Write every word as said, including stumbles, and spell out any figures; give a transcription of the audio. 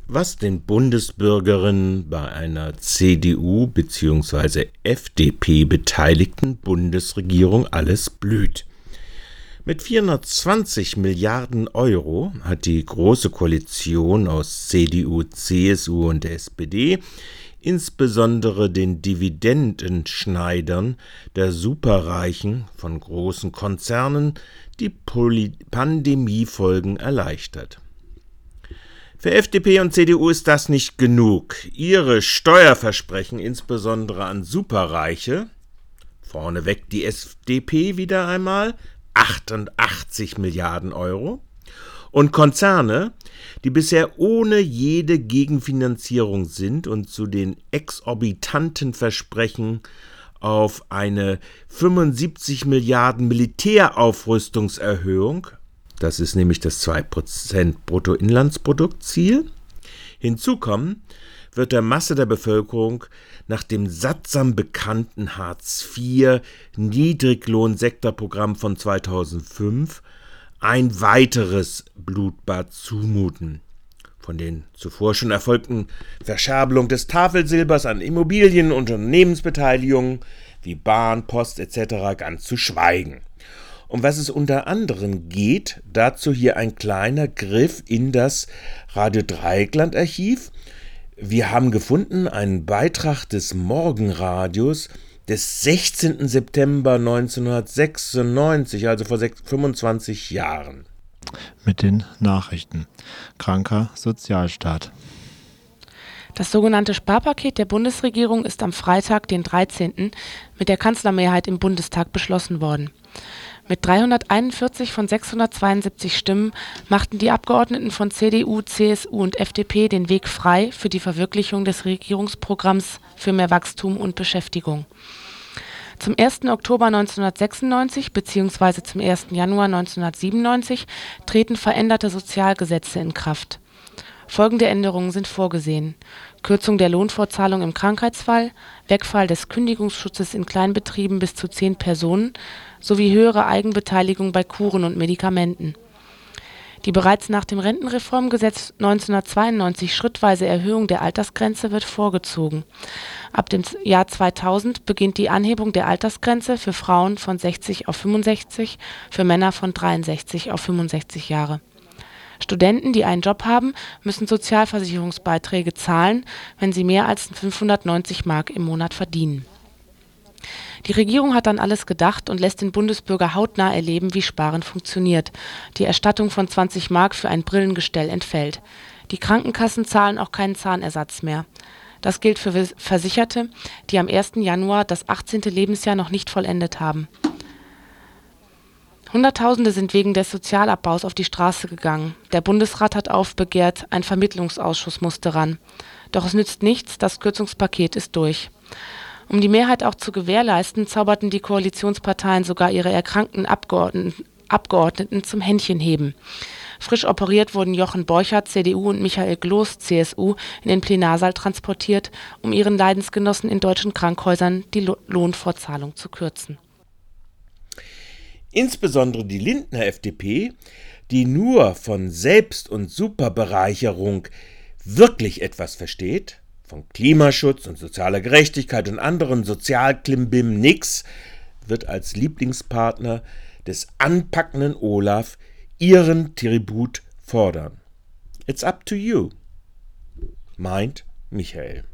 Was den Bundesbürgerinnen bei einer C D U bzw. F D P beteiligten Bundesregierung alles blüht. Mit vierhundertzwanzig Milliarden Euro hat die Große Koalition aus C D U, C S U und S P D insbesondere den Dividendenschneidern der Superreichen von großen Konzernen die Poli- Pandemiefolgen erleichtert. Für F D P und C D U ist das nicht genug. Ihre Steuerversprechen, insbesondere an Superreiche, vorneweg die S D P wieder einmal, achtundachtzig Milliarden Euro, und Konzerne, die bisher ohne jede Gegenfinanzierung sind und zu den exorbitanten Versprechen auf eine fünfundsiebzig Milliarden Militäraufrüstungserhöhung, das ist nämlich das zwei Prozent Bruttoinlandsproduktsiel. Hinzu kommen wird der Masse der Bevölkerung nach dem sattsam bekannten Hartz vier Niedriglohnsektorprogramm von zweitausendfünf ein weiteres Blutbad zumuten. Von den zuvor schon erfolgten Verscherbelung des Tafelsilbers an Immobilien und Unternehmensbeteiligungen wie Bahn, Post et cetera ganz zu schweigen. Um was es unter anderem geht, dazu hier ein kleiner Griff in das Radio Dreieckland-Archiv. Wir haben gefunden einen Beitrag des Morgenradios des sechzehnten September neunzehnhundertsechsundneunzig, also vor fünfundzwanzig Jahren. Mit den Nachrichten. Kranker Sozialstaat. Das sogenannte Sparpaket der Bundesregierung ist am Freitag, den dreizehnten mit der Kanzlermehrheit im Bundestag beschlossen worden. Mit dreihunderteinundvierzig von sechshundertzweiundsiebzig Stimmen machten die Abgeordneten von C D U, C S U und F D P den Weg frei für die Verwirklichung des Regierungsprogramms für mehr Wachstum und Beschäftigung. Zum ersten Oktober neunzehnhundertsechsundneunzig bzw. zum ersten Januar neunzehnhundertsiebenundneunzig treten veränderte Sozialgesetze in Kraft. Folgende Änderungen sind vorgesehen: Kürzung der Lohnfortzahlung im Krankheitsfall, Wegfall des Kündigungsschutzes in Kleinbetrieben bis zu zehn Personen sowie höhere Eigenbeteiligung bei Kuren und Medikamenten. Die bereits nach dem Rentenreformgesetz neunzehnhundertzweiundneunzig schrittweise Erhöhung der Altersgrenze wird vorgezogen. Ab dem Jahr zweitausend beginnt die Anhebung der Altersgrenze für Frauen von sechzig auf fünfundsechzig, für Männer von dreiundsechzig auf fünfundsechzig Jahre. Studenten, die einen Job haben, müssen Sozialversicherungsbeiträge zahlen, wenn sie mehr als fünfhundertneunzig Mark im Monat verdienen. Die Regierung hat an alles gedacht und lässt den Bundesbürger hautnah erleben, wie Sparen funktioniert. Die Erstattung von zwanzig Mark für ein Brillengestell entfällt. Die Krankenkassen zahlen auch keinen Zahnersatz mehr. Das gilt für Versicherte, die am ersten Januar das achtzehnte Lebensjahr noch nicht vollendet haben. Hunderttausende sind wegen des Sozialabbaus auf die Straße gegangen. Der Bundesrat hat aufbegehrt, ein Vermittlungsausschuss musste ran. Doch es nützt nichts, das Kürzungspaket ist durch. Um die Mehrheit auch zu gewährleisten, zauberten die Koalitionsparteien sogar ihre erkrankten Abgeordneten, Abgeordneten zum Händchenheben. Frisch operiert wurden Jochen Borchert, C D U, und Michael Gloß, C S U, in den Plenarsaal transportiert, um ihren Leidensgenossen in deutschen Krankenhäusern die Lo- Lohnfortzahlung zu kürzen. Insbesondere die Lindner F D P, die nur von Selbst- und Superbereicherung wirklich etwas versteht, von Klimaschutz und sozialer Gerechtigkeit und anderen Sozialklimbim nix, wird als Lieblingspartner des anpackenden Olaf ihren Tribut fordern. It's up to you, meint Michael.